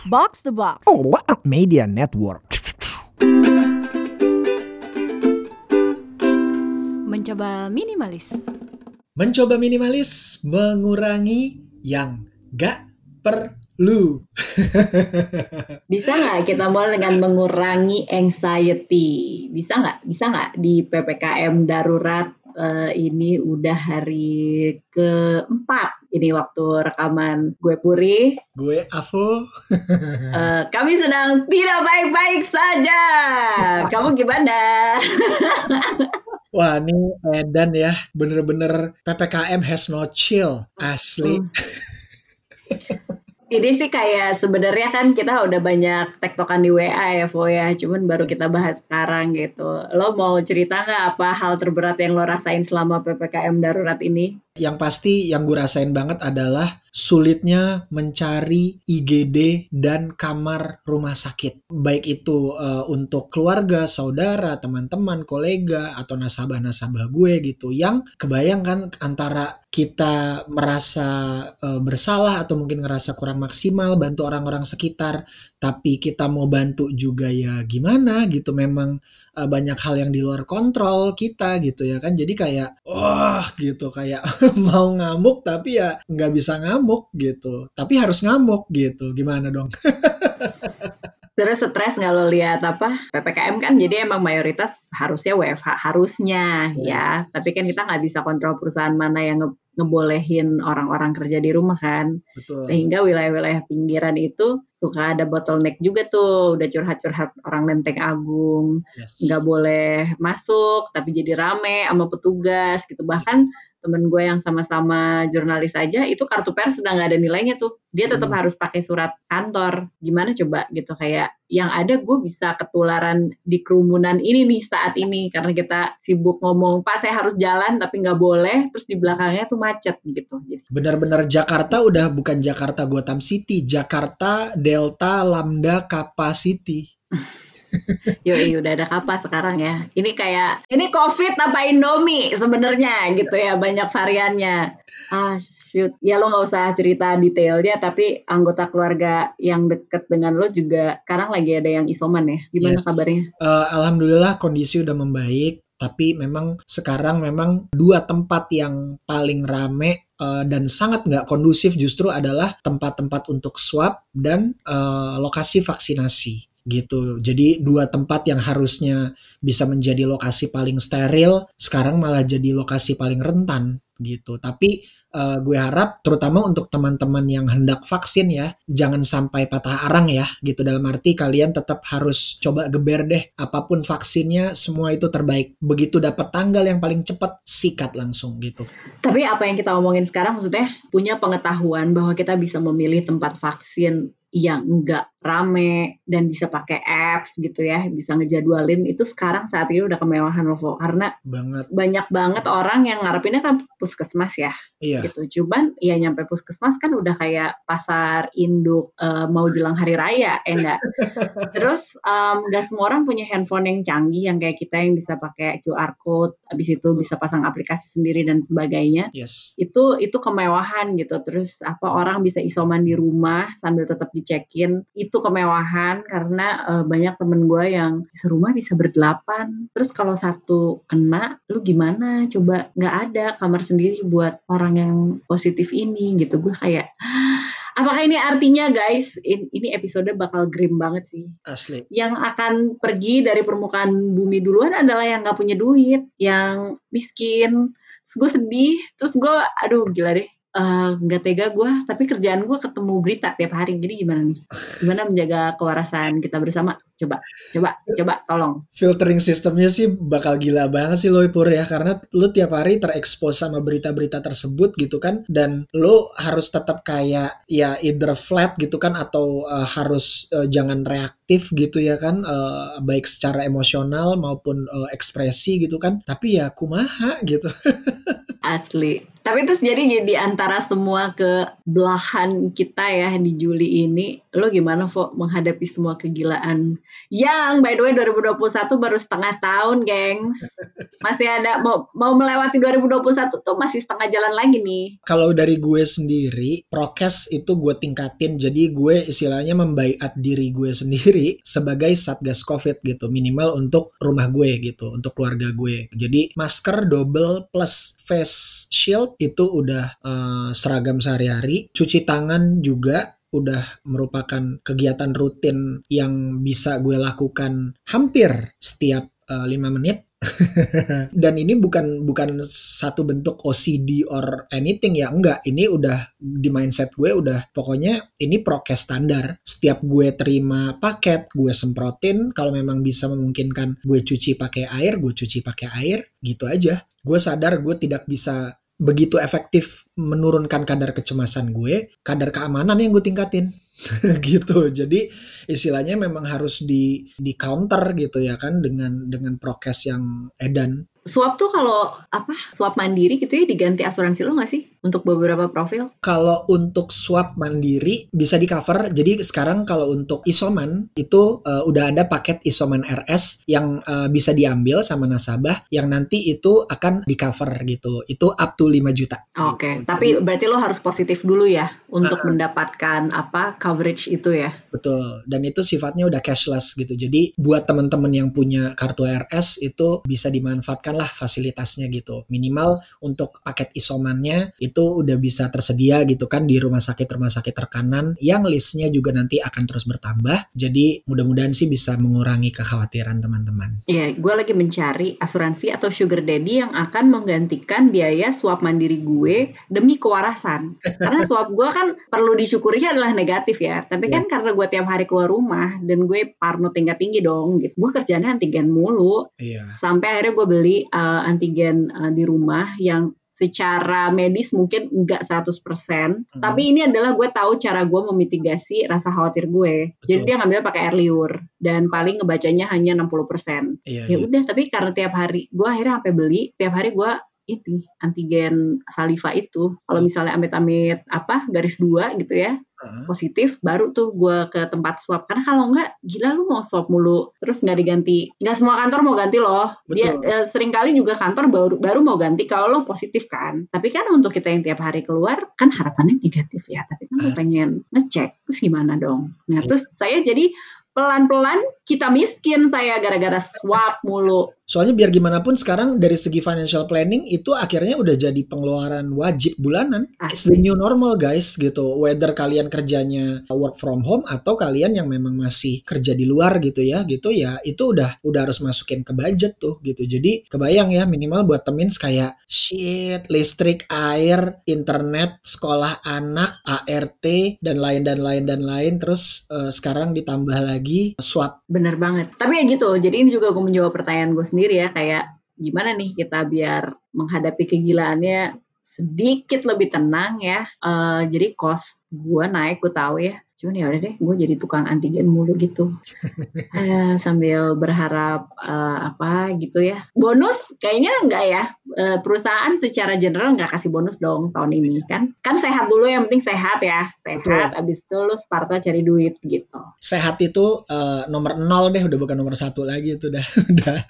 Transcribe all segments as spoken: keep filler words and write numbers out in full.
Box the Box. Oh, what a media network. Mencoba minimalis. Mencoba minimalis, mengurangi yang gak perlu. Bisa nggak kita mulai dengan mengurangi anxiety? Bisa nggak? Bisa nggak di P P K M darurat uh, ini udah hari keempat ini waktu rekaman gue Puri, gue Avo. uh, kami sedang tidak baik-baik saja. Kamu gimana? Wah, ini edan ya, bener-bener P P K M has no chill, asli. Hmm. Ini sih kayak sebenarnya kan kita udah banyak tektokan di W A ya, Vo ya. Cuman baru kita bahas sekarang gitu. Lo mau cerita nggak apa hal terberat yang lo rasain selama P P K M darurat ini? Yang pasti yang gue rasain banget adalah sulitnya mencari I G D dan kamar rumah sakit. Baik itu uh, untuk keluarga, saudara, teman-teman, kolega, atau nasabah-nasabah gue gitu. Yang kebayang kan antara kita merasa uh, bersalah atau mungkin ngerasa kurang maksimal bantu orang-orang sekitar. Tapi kita mau bantu juga ya gimana gitu. Memang uh, banyak hal yang di luar kontrol kita gitu ya kan. Jadi kayak wah oh, gitu kayak mau ngamuk tapi ya nggak bisa ngamuk gitu. Tapi harus ngamuk gitu. Gimana dong? Terus stres nggak lo lihat apa P P K M kan jadi emang mayoritas harusnya W F H harusnya ya. Tapi kan kita nggak bisa kontrol perusahaan mana yang nge- ngebolehin orang-orang kerja di rumah kan. Betul. Sehingga wilayah-wilayah pinggiran itu suka ada bottleneck juga tuh. Udah curhat-curhat orang Lenteng Agung. Yes. Nggak boleh masuk tapi jadi rame sama petugas gitu. Bahkan temen gue yang sama-sama jurnalis aja itu kartu pers sudah nggak ada nilainya tuh. Dia tetap hmm. harus pakai surat kantor. Gimana coba gitu kayak yang ada gue bisa ketularan di kerumunan ini nih saat ini karena kita sibuk ngomong Pak saya harus jalan tapi nggak boleh terus di belakangnya tuh macet gitu. Jadi benar-benar Jakarta udah bukan Jakarta Gotham City, Jakarta Delta Lambda Kappa City. Yoi udah ada Kappa sekarang ya. Ini kayak ini COVID apa Indomie sebenarnya gitu ya banyak variannya. Ah shoot, ya lo nggak usah cerita detailnya tapi anggota keluarga yang deket dengan lo juga sekarang lagi ada yang isoman ya. Gimana yes. kabarnya? Uh, Alhamdulillah kondisi udah membaik. Tapi memang sekarang memang dua tempat yang paling rame uh, dan sangat nggak kondusif justru adalah tempat-tempat untuk swab dan uh, lokasi vaksinasi. Gitu. Jadi dua tempat yang harusnya bisa menjadi lokasi paling steril sekarang malah jadi lokasi paling rentan gitu. Tapi uh, gue harap terutama untuk teman-teman yang hendak vaksin ya jangan sampai patah arang ya gitu. Dalam arti kalian tetap harus coba geber deh apapun vaksinnya semua itu terbaik. Begitu dapat tanggal yang paling cepat sikat langsung gitu. Tapi apa yang kita omongin sekarang maksudnya punya pengetahuan bahwa kita bisa memilih tempat vaksin yang enggak rame dan bisa pakai apps gitu ya, bisa ngejadwalin itu sekarang saat ini udah kemewahan loh karena banget. banyak banget orang yang ngarepinnya kan puskesmas ya. Iya. Gitu. Cuman ya nyampe puskesmas kan udah kayak pasar induk uh, mau jelang hari raya ya enggak. Terus um, gak semua orang punya handphone yang canggih yang kayak kita yang bisa pakai Q R code, habis itu bisa pasang aplikasi sendiri dan sebagainya. Yes. Itu itu kemewahan gitu. Terus apa orang bisa isoman di rumah sambil tetap dicekin. Itu kemewahan karena uh, banyak temen gue yang serumah bisa berdelapan. Terus kalau satu kena, lu gimana? Coba nggak ada kamar sendiri buat orang yang positif ini gitu. Gue kayak apakah ini artinya guys, ini episode bakal grim banget sih. Asli. Yang akan pergi dari permukaan bumi duluan adalah yang gak punya duit, yang miskin. Terus gue sedih, terus gue aduh gila deh. Uh, gak tega gue, tapi kerjaan gue ketemu berita tiap hari. Jadi gimana nih? Gimana menjaga kewarasan kita bersama? Coba, coba, coba tolong. Filtering sistemnya sih bakal gila banget sih lo Pur ya. Karena lo tiap hari terekspos sama berita-berita tersebut gitu kan. Dan lo harus tetap kayak ya either flat gitu kan. Atau uh, harus uh, jangan reaktif gitu ya kan. Uh, baik secara emosional maupun uh, ekspresi gitu kan. Tapi ya kumaha gitu. Asli. Tapi terus jadi di antara semua kebelahan kita ya di Juli ini, lo gimana Vo menghadapi semua kegilaan yang by the way dua ribu dua puluh satu baru setengah tahun, gengs. Masih ada mau mau melewati dua ribu dua puluh satu tuh masih setengah jalan lagi nih. Kalau dari gue sendiri, prokes itu gue tingkatin. Jadi gue istilahnya membaiat diri gue sendiri sebagai satgas COVID gitu. Minimal untuk rumah gue gitu, untuk keluarga gue. Jadi masker double plus face shield itu udah uh, seragam sehari-hari. Cuci tangan juga udah merupakan kegiatan rutin yang bisa gue lakukan hampir setiap uh, lima menit. Dan ini bukan bukan satu bentuk O C D or anything ya, enggak. Ini udah di mindset gue udah pokoknya ini prokes standar. Setiap gue terima paket, gue semprotin. Kalau memang bisa memungkinkan gue cuci pakai air, gue cuci pakai air, gitu aja. Gue sadar gue tidak bisa begitu efektif menurunkan kadar kecemasan gue, kadar keamanan yang gue tingkatin. Gitu. Jadi istilahnya memang harus di di counter gitu ya kan dengan dengan prokes yang edan. Swab tuh kalau apa swab mandiri gitu ya diganti asuransi lo nggak sih untuk beberapa profil? Kalau untuk swab mandiri bisa di cover. Jadi sekarang kalau untuk isoman itu uh, udah ada paket isoman R S yang uh, bisa diambil sama nasabah yang nanti itu akan di cover gitu. Itu up to lima juta. Oke, okay. Gitu. Tapi berarti lo harus positif dulu ya untuk uh, mendapatkan apa coverage itu ya. Betul. Dan itu sifatnya udah cashless gitu. Jadi buat teman-teman yang punya kartu R S itu bisa dimanfaatkan lah fasilitasnya gitu. Minimal untuk paket isomannya itu udah bisa tersedia gitu kan di rumah sakit-rumah sakit terkanan yang listnya juga nanti akan terus bertambah. Jadi mudah-mudahan sih bisa mengurangi kekhawatiran teman-teman. Iya, gue lagi mencari asuransi atau sugar daddy yang akan menggantikan biaya swab mandiri gue demi kewarasan. Karena swab gue kan perlu disyukurinya adalah negatif ya. Tapi kan Yes. karena gue tiap hari keluar rumah dan gue parno tingkat tinggi dong gitu. Gue kerjanya antigen mulu. Iya. Sampai akhirnya gue beli uh, antigen uh, di rumah yang secara medis mungkin enggak seratus persen, hmm. tapi ini adalah gue tahu cara gue memitigasi rasa khawatir gue. Betul. Jadi dia ngambil pakai air liur dan paling ngebacanya hanya enam puluh persen. Iya, ya iya. Udah, tapi karena tiap hari gue akhirnya sampai beli, tiap hari gue ini antigen saliva itu. Kalau misalnya amit-amit apa garis dua gitu ya. Uh-huh. Positif baru tuh gue ke tempat swab, karena kalau enggak gila lu mau swab mulu terus nggak diganti, nggak semua kantor mau ganti loh. Betul. Dia eh, sering kali juga kantor baru baru mau ganti kalau lo positif kan, tapi kan untuk kita yang tiap hari keluar kan harapannya negatif ya, tapi kan uh. pengen ngecek terus gimana dong. Nah uh. terus saya jadi pelan-pelan kita miskin saya gara-gara swab mulu. Soalnya biar gimana pun sekarang dari segi financial planning itu akhirnya udah jadi pengeluaran wajib bulanan. Asli. It's the new normal guys gitu. Whether kalian kerjanya work from home atau kalian yang memang masih kerja di luar gitu ya, gitu ya itu udah udah harus masukin ke budget tuh gitu. Jadi kebayang ya minimal buat temen kayak shit, listrik, air, internet, sekolah anak, A R T dan lain dan lain dan lain. Terus uh, sekarang ditambah lagi swab. Bener banget. Tapi ya gitu. Jadi ini juga gue menjawab pertanyaan gue sendiri ya, kayak gimana nih kita biar menghadapi kegilaannya sedikit lebih tenang ya. Uh, jadi cost gue naik, gue tahu ya. Cuman ya udah deh, gue jadi tukang antigen mulu gitu. uh, sambil berharap uh, apa gitu ya. Bonus kayaknya enggak ya. Uh, perusahaan secara general enggak kasih bonus dong tahun ini kan. Kan sehat dulu, yang penting sehat ya. Sehat. Betul. Abis itu lu Sparta cari duit gitu. Sehat itu uh, nomor nol deh, udah bukan nomor satu lagi itu udah. udah.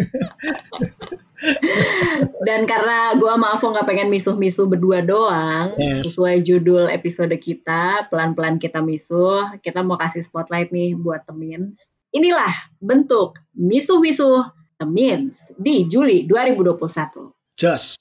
Dan karena gue sama Avo gak pengen misuh-misuh berdua doang, yes. Sesuai judul episode kita, pelan-pelan kita misuh, kita mau kasih spotlight nih buat Temins. Inilah bentuk misuh-misuh Temins di Juli dua ribu dua puluh satu. Just.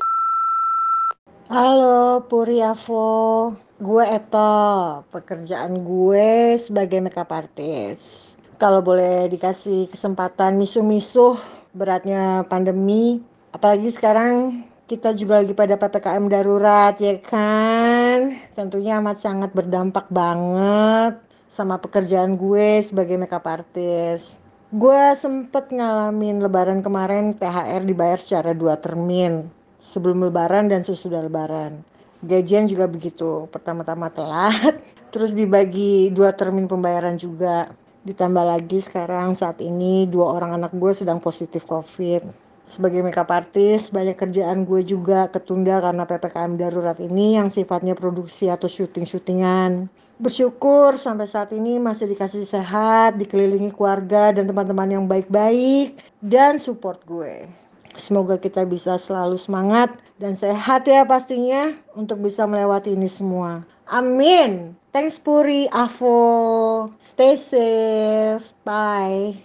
Halo Puri Avo, gue Eto, pekerjaan gue sebagai makeup artist. Kalau boleh dikasih kesempatan misuh-misuh beratnya pandemi, apalagi sekarang kita juga lagi pada P P K M darurat ya kan, tentunya amat sangat berdampak banget sama pekerjaan gue sebagai makeup artist. Gue sempet ngalamin lebaran kemarin T H R dibayar secara dua termin, sebelum lebaran dan sesudah lebaran. Gajian juga begitu, pertama-tama telat, terus dibagi dua termin pembayaran juga. Ditambah lagi sekarang saat ini dua orang anak gue sedang positif COVID. Sebagai makeup artist, banyak kerjaan gue juga ketunda karena P P K M darurat ini yang sifatnya produksi atau syuting-syutingan. Bersyukur sampai saat ini masih dikasih sehat, dikelilingi keluarga dan teman-teman yang baik-baik dan support gue. Semoga kita bisa selalu semangat dan sehat ya pastinya untuk bisa melewati ini semua. Amin. Thanks Puri, Avo. Stay safe. Bye.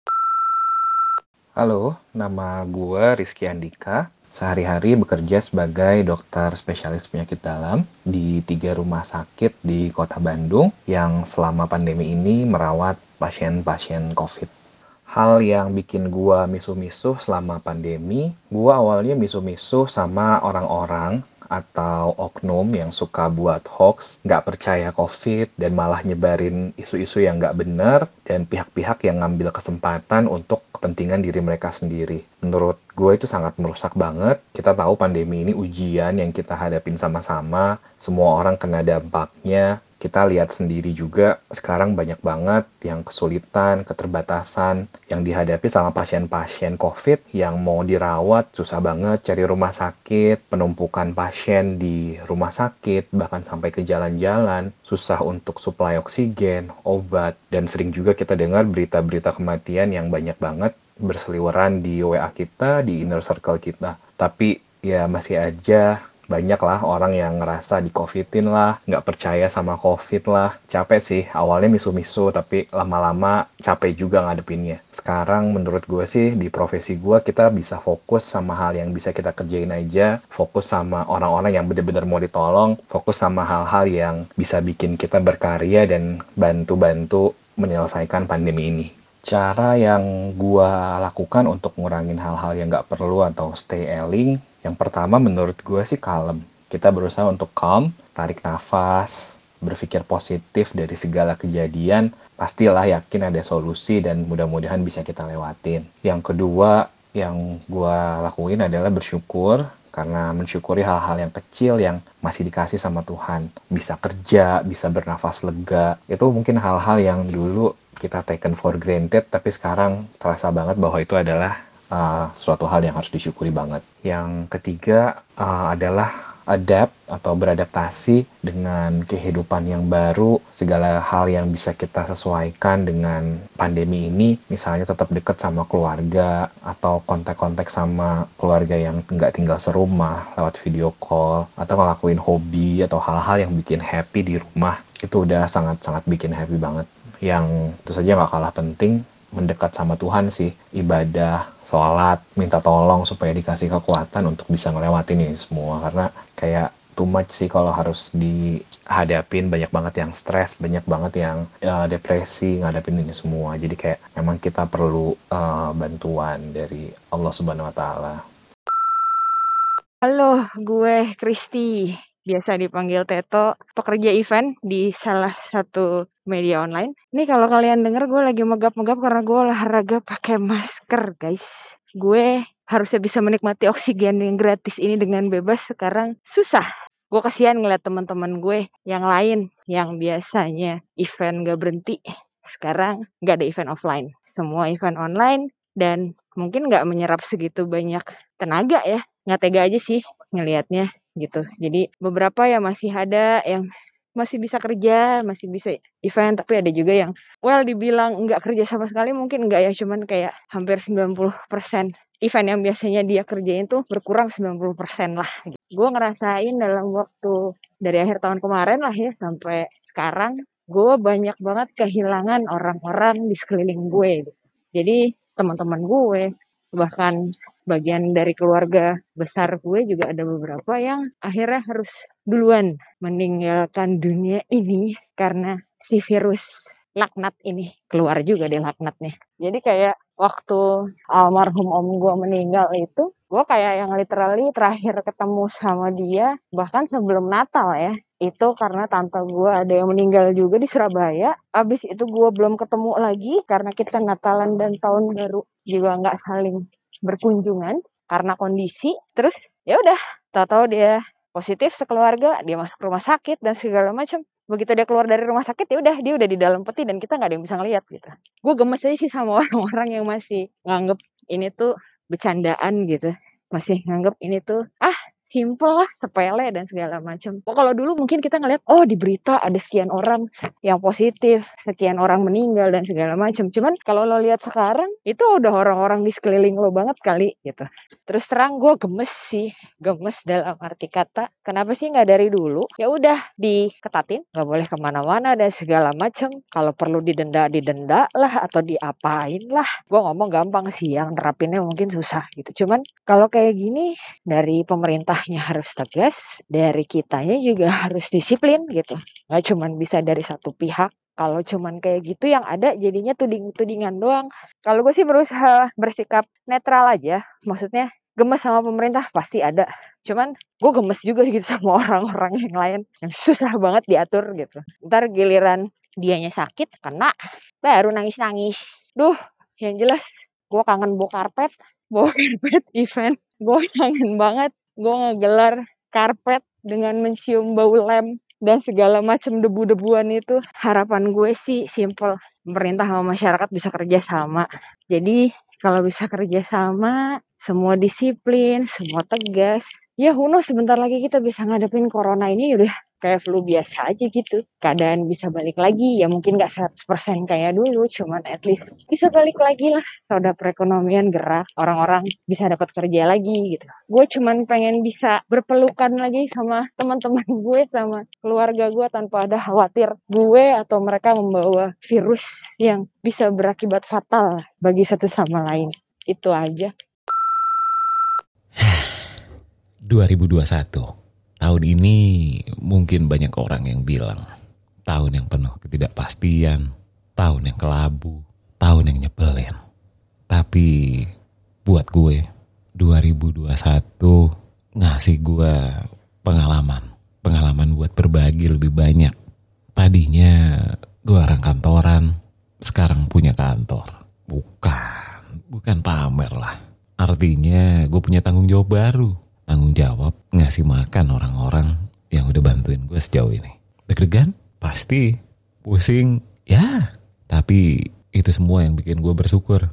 Halo, nama gue Rizky Andika. Sehari-hari bekerja sebagai dokter spesialis penyakit dalam di tiga rumah sakit di Kota Bandung yang selama pandemi ini merawat pasien-pasien COVID. Hal yang bikin gue misuh-misuh selama pandemi, gue awalnya misuh-misuh sama orang-orang atau oknum yang suka buat hoax, nggak percaya COVID, dan malah nyebarin isu-isu yang nggak benar, dan pihak-pihak yang ngambil kesempatan untuk kepentingan diri mereka sendiri. Menurut gue itu sangat merusak banget. Kita tahu pandemi ini ujian yang kita hadapin sama-sama, semua orang kena dampaknya. Kita lihat sendiri juga sekarang banyak banget yang kesulitan, keterbatasan yang dihadapi sama pasien-pasien COVID yang mau dirawat, susah banget cari rumah sakit, penumpukan pasien di rumah sakit, bahkan sampai ke jalan-jalan, susah untuk suplai oksigen, obat, dan sering juga kita dengar berita-berita kematian yang banyak banget berseliweran di W A kita, di inner circle kita. Tapi ya masih aja banyak lah orang yang ngerasa di covidin lah, nggak percaya sama covid lah. Capek sih, awalnya misu-misu, tapi lama-lama capek juga ngadepinnya. Sekarang menurut gue sih, di profesi gue kita bisa fokus sama hal yang bisa kita kerjain aja, fokus sama orang-orang yang benar-benar mau ditolong, fokus sama hal-hal yang bisa bikin kita berkarya dan bantu-bantu menyelesaikan pandemi ini. Cara yang gue lakukan untuk ngurangin hal-hal yang nggak perlu atau stay ailing, yang pertama menurut gue sih kalem. Kita berusaha untuk calm, tarik nafas, berpikir positif dari segala kejadian, pastilah yakin ada solusi dan mudah-mudahan bisa kita lewatin. Yang kedua yang gue lakuin adalah bersyukur, karena mensyukuri hal-hal yang kecil yang masih dikasih sama Tuhan. Bisa kerja, bisa bernafas lega, itu mungkin hal-hal yang dulu kita taken for granted, tapi sekarang terasa banget bahwa itu adalah Uh, suatu hal yang harus disyukuri banget. Yang ketiga uh, adalah adapt atau beradaptasi dengan kehidupan yang baru, segala hal yang bisa kita sesuaikan dengan pandemi ini, misalnya tetap dekat sama keluarga atau kontak-kontak sama keluarga yang nggak tinggal serumah lewat video call, atau ngelakuin hobi atau hal-hal yang bikin happy di rumah, itu udah sangat-sangat bikin happy banget. Yang itu saja nggak kalah penting, mendekat sama Tuhan sih, ibadah, sholat, minta tolong supaya dikasih kekuatan untuk bisa ngelewatin ini semua, karena kayak too much sih kalau harus dihadapin, banyak banget yang stres, banyak banget yang uh, depresi ngadapin ini semua, jadi kayak memang kita perlu uh, bantuan dari Allah Subhanahu Wa Taala. Halo, gue Kristi, biasa dipanggil Teto, pekerja event di salah satu media online. Nih kalau kalian denger gue lagi megap-megap karena gue olahraga pakai masker, guys. Gue harusnya bisa menikmati oksigen yang gratis ini dengan bebas, sekarang susah. Gue kasihan ngeliat teman-teman gue yang lain yang biasanya event gak berhenti, sekarang gak ada event offline, semua event online, dan mungkin gak menyerap segitu banyak tenaga ya. Nggak tega aja sih ngelihatnya gitu. Jadi beberapa ya masih ada yang masih bisa kerja, masih bisa event, tapi ada juga yang well dibilang nggak kerja sama sekali, mungkin nggak ya, cuman kayak hampir sembilan puluh persen event yang biasanya dia kerjain tuh berkurang sembilan puluh persen lah. Gue ngerasain dalam waktu dari akhir tahun kemarin lah ya sampai sekarang, gue banyak banget kehilangan orang-orang di sekeliling gue. Jadi teman-teman gue, bahkan bagian dari keluarga besar gue juga ada beberapa yang akhirnya harus duluan meninggalkan dunia ini karena si virus laknat ini keluar juga deh laknatnya. Jadi kayak waktu almarhum om gue meninggal itu, gue kayak yang literally terakhir ketemu sama dia bahkan sebelum Natal ya. Itu karena tante gue ada yang meninggal juga di Surabaya. Abis itu gue belum ketemu lagi karena kita Natalan dan Tahun Baru juga nggak saling berkunjungan karena kondisi. Terus ya udah, tahu-tahu dia positif sekeluarga, dia masuk rumah sakit dan segala macam. Begitu dia keluar dari rumah sakit, ya udah dia udah di dalam peti dan kita nggak ada yang bisa ngeliat gitu. Gue gemes aja sih sama orang-orang yang masih nganggep ini tuh bercandaan gitu. Masih nganggep ini tuh ah simple lah, sepele dan segala macam. Oh, kalau dulu mungkin kita ngeliat, oh di berita ada sekian orang yang positif, sekian orang meninggal dan segala macam. Cuman kalau lo lihat sekarang, itu udah orang-orang di sekeliling lo banget kali gitu. Terus terang gue gemes sih, gemes dalam arti kata. Kenapa sih nggak dari dulu? Ya udah diketatin, nggak boleh kemana-mana dan segala macam. Kalau perlu didenda, didenda lah atau diapain lah. Gue ngomong gampang sih, yang nerapinnya mungkin susah gitu. Cuman kalau kayak gini dari pemerintahnya harus tegas, dari kitanya juga harus disiplin gitu. Nggak cuman bisa dari satu pihak. Kalau cuman kayak gitu yang ada jadinya tuding-tudingan doang. Kalau gue sih berusaha bersikap netral aja. Maksudnya gemes sama pemerintah pasti ada. Cuman gue gemes juga gitu sama orang-orang yang lain yang susah banget diatur gitu. Ntar giliran dianya sakit, kena, baru nangis-nangis. Duh, yang jelas gue kangen bawa karpet, bawa karpet event. Gue kangen banget. Gue ngegelar karpet dengan mencium bau lem dan segala macam debu-debuan itu. Harapan gue sih simple, pemerintah sama masyarakat bisa kerja sama. Jadi kalau bisa kerja sama, semua disiplin, semua tegas, ya who knows, sebentar lagi kita bisa ngadepin corona ini udah kayak flu biasa aja gitu. Keadaan bisa balik lagi, ya mungkin gak seratus persen kayak dulu, cuman at least bisa balik lagi lah. Roda perekonomian gerak, orang-orang bisa dapat kerja lagi gitu. Gue cuman pengen bisa berpelukan lagi sama teman-teman gue, sama keluarga gue tanpa ada khawatir gue atau mereka membawa virus yang bisa berakibat fatal bagi satu sama lain. Itu aja. dua ribu dua puluh satu. Tahun ini mungkin banyak orang yang bilang tahun yang penuh ketidakpastian, tahun yang kelabu, tahun yang nyebelin. Tapi buat gue, dua ribu dua puluh satu ngasih gue pengalaman. Pengalaman buat berbagi lebih banyak. Tadinya gue orang kantoran, sekarang punya kantor. Bukan, bukan pamer lah. Artinya gue punya tanggung jawab baru. Tanggung jawab ngasih makan orang-orang yang udah bantuin gue sejauh ini. Deg-degan? Pasti. Pusing? Ya. Tapi itu semua yang bikin gue bersyukur.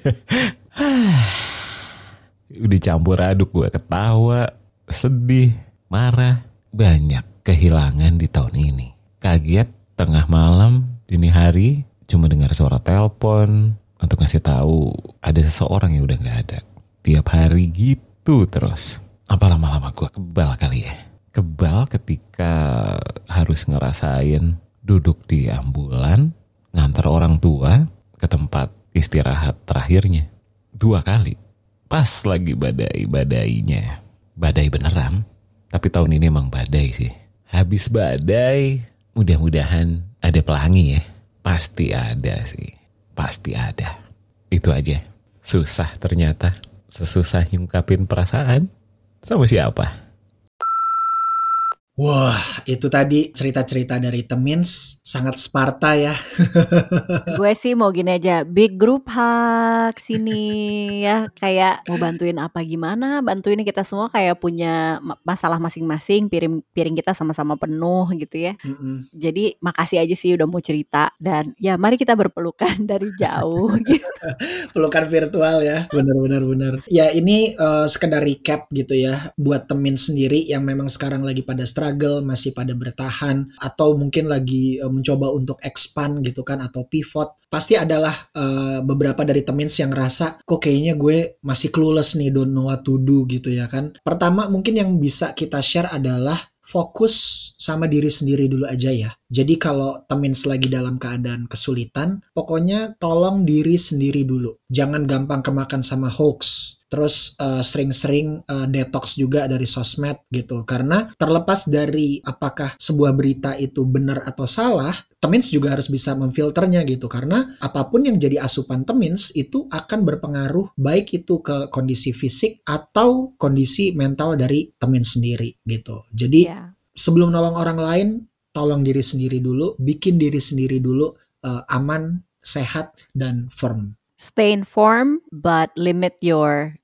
Udah campur aduk gue ketawa, sedih, marah. Banyak kehilangan di tahun ini. Kaget tengah malam, dini hari, cuma dengar suara telepon untuk ngasih tahu ada seseorang yang udah gak ada. Tiap hari gitu terus. Apa lama-lama gue kebal kali ya? Kebal ketika harus ngerasain duduk di ambulan, ngantar orang tua ke tempat istirahat terakhirnya. Dua kali. Pas lagi badai-badainya. Badai beneran. Tapi tahun ini emang badai sih. Habis badai, mudah-mudahan ada pelangi ya. Pasti ada sih. Pasti ada. Itu aja. Susah ternyata. Sesusah nyungkapin perasaan. Sama siapa? Wah, itu tadi cerita-cerita dari Temins, sangat Sparta ya. Gue sih mau gini aja, big group hug sini ya, kayak mau bantuin apa gimana, bantuin kita semua kayak punya masalah masing-masing, piring piring kita sama-sama penuh gitu ya. Mm-mm. Jadi makasih aja sih udah mau cerita, dan ya mari kita berpelukan dari jauh gitu. Pelukan virtual ya, benar-benar benar. Ya ini uh, sekedar recap gitu ya, buat Temins sendiri yang memang sekarang lagi pada struggle, masih pada bertahan, atau mungkin lagi uh, mencoba untuk expand gitu kan, atau pivot. Pasti adalah uh, beberapa dari Temins yang ngerasa, kok kayaknya gue masih clueless nih, don't know what to do gitu ya kan. Pertama mungkin yang bisa kita share adalah fokus sama diri sendiri dulu aja ya. Jadi kalau Temins lagi dalam keadaan kesulitan, pokoknya tolong diri sendiri dulu. Jangan gampang kemakan sama hoax. Terus uh, sering-sering uh, detox juga dari sosmed gitu. Karena terlepas dari apakah sebuah berita itu benar atau salah, Temins juga harus bisa memfilternya gitu. Karena apapun yang jadi asupan Temins itu akan berpengaruh baik itu ke kondisi fisik atau kondisi mental dari Temins sendiri gitu. Jadi yeah. Sebelum nolong orang lain, tolong diri sendiri dulu, bikin diri sendiri dulu uh, aman, sehat, dan firm. Stay informed but limit your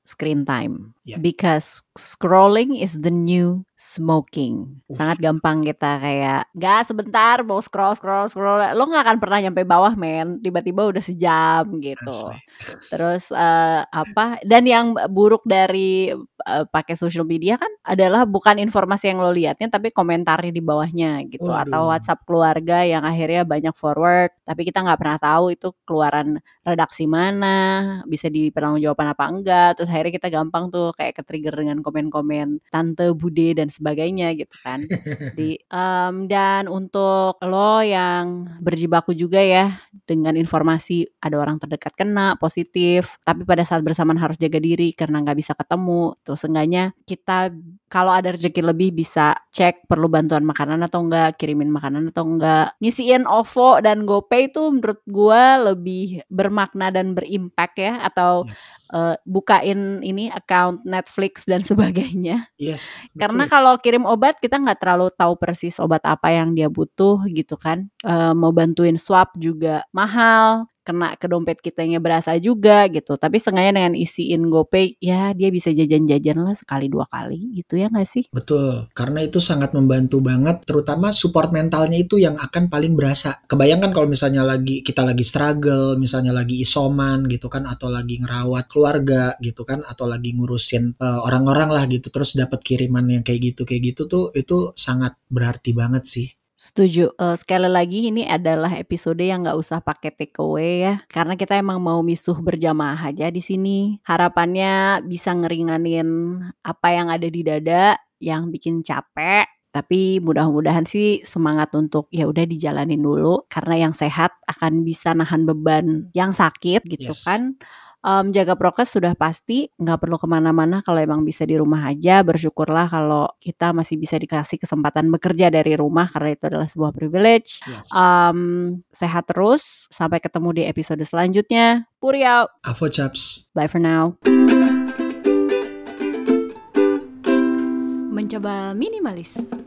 screen time. Yeah. Because scrolling is the new smoking. Uff. Sangat gampang kita kayak gak sebentar mau scroll scroll scroll, lo gak akan pernah nyampe bawah men, tiba-tiba udah sejam gitu. Asli. Terus uh, apa dan yang buruk dari uh, pakai social media kan adalah bukan informasi yang lo liatnya tapi komentarnya di bawahnya gitu. Waduh. Atau WhatsApp keluarga yang akhirnya banyak forward tapi kita nggak pernah tahu itu keluaran redaksi mana, bisa dipertanggungjawabkan apa enggak. Terus akhirnya kita gampang tuh kayak ke-trigger dengan komen-komen tante, bude dan sebagainya gitu kan. Di um, dan untuk lo yang berjibaku juga ya dengan informasi ada orang terdekat kena positif, tapi pada saat bersamaan harus jaga diri karena nggak bisa ketemu. Terus seenggaknya kita kalau ada rezeki lebih bisa cek perlu bantuan makanan atau enggak, kirimin makanan atau enggak. Ngisiin OVO dan GoPay itu menurut gue lebih bermakna dan berimpact ya. Atau Yes. uh, bukain ini account Netflix dan sebagainya. Yes, Karena betul. kalau kirim obat kita nggak terlalu tahu persis obat apa yang dia butuh gitu kan. Uh, mau bantuin swab juga mahal, kena ke dompet kitanya berasa juga gitu. Tapi setengahnya dengan isiin GoPay ya dia bisa jajan-jajan lah sekali dua kali gitu ya nggak sih? Betul, karena itu sangat membantu banget, terutama support mentalnya itu yang akan paling berasa. Kebayangkan kalau misalnya lagi kita lagi struggle, misalnya lagi isoman gitu kan, atau lagi ngerawat keluarga gitu kan, atau lagi ngurusin uh, orang-orang lah gitu, terus dapat kiriman yang kayak gitu kayak gitu tuh, itu sangat berarti banget sih. Setuju. Uh, sekali lagi ini adalah episode yang nggak usah pakai take away ya, karena kita emang mau misuh berjamaah aja di sini. Harapannya bisa ngeringanin apa yang ada di dada, yang bikin capek. Tapi mudah-mudahan sih semangat untuk ya udah dijalanin dulu, karena yang sehat akan bisa nahan beban yang sakit gitu Yes. kan. Um, jaga prokes sudah pasti, nggak perlu kemana-mana kalau emang bisa di rumah aja. Bersyukurlah kalau kita masih bisa dikasih kesempatan bekerja dari rumah karena itu adalah sebuah privilege. Yes. Um, sehat terus, sampai ketemu di episode selanjutnya. Puri out. Avo chaps. Bye for now. Mencoba minimalis.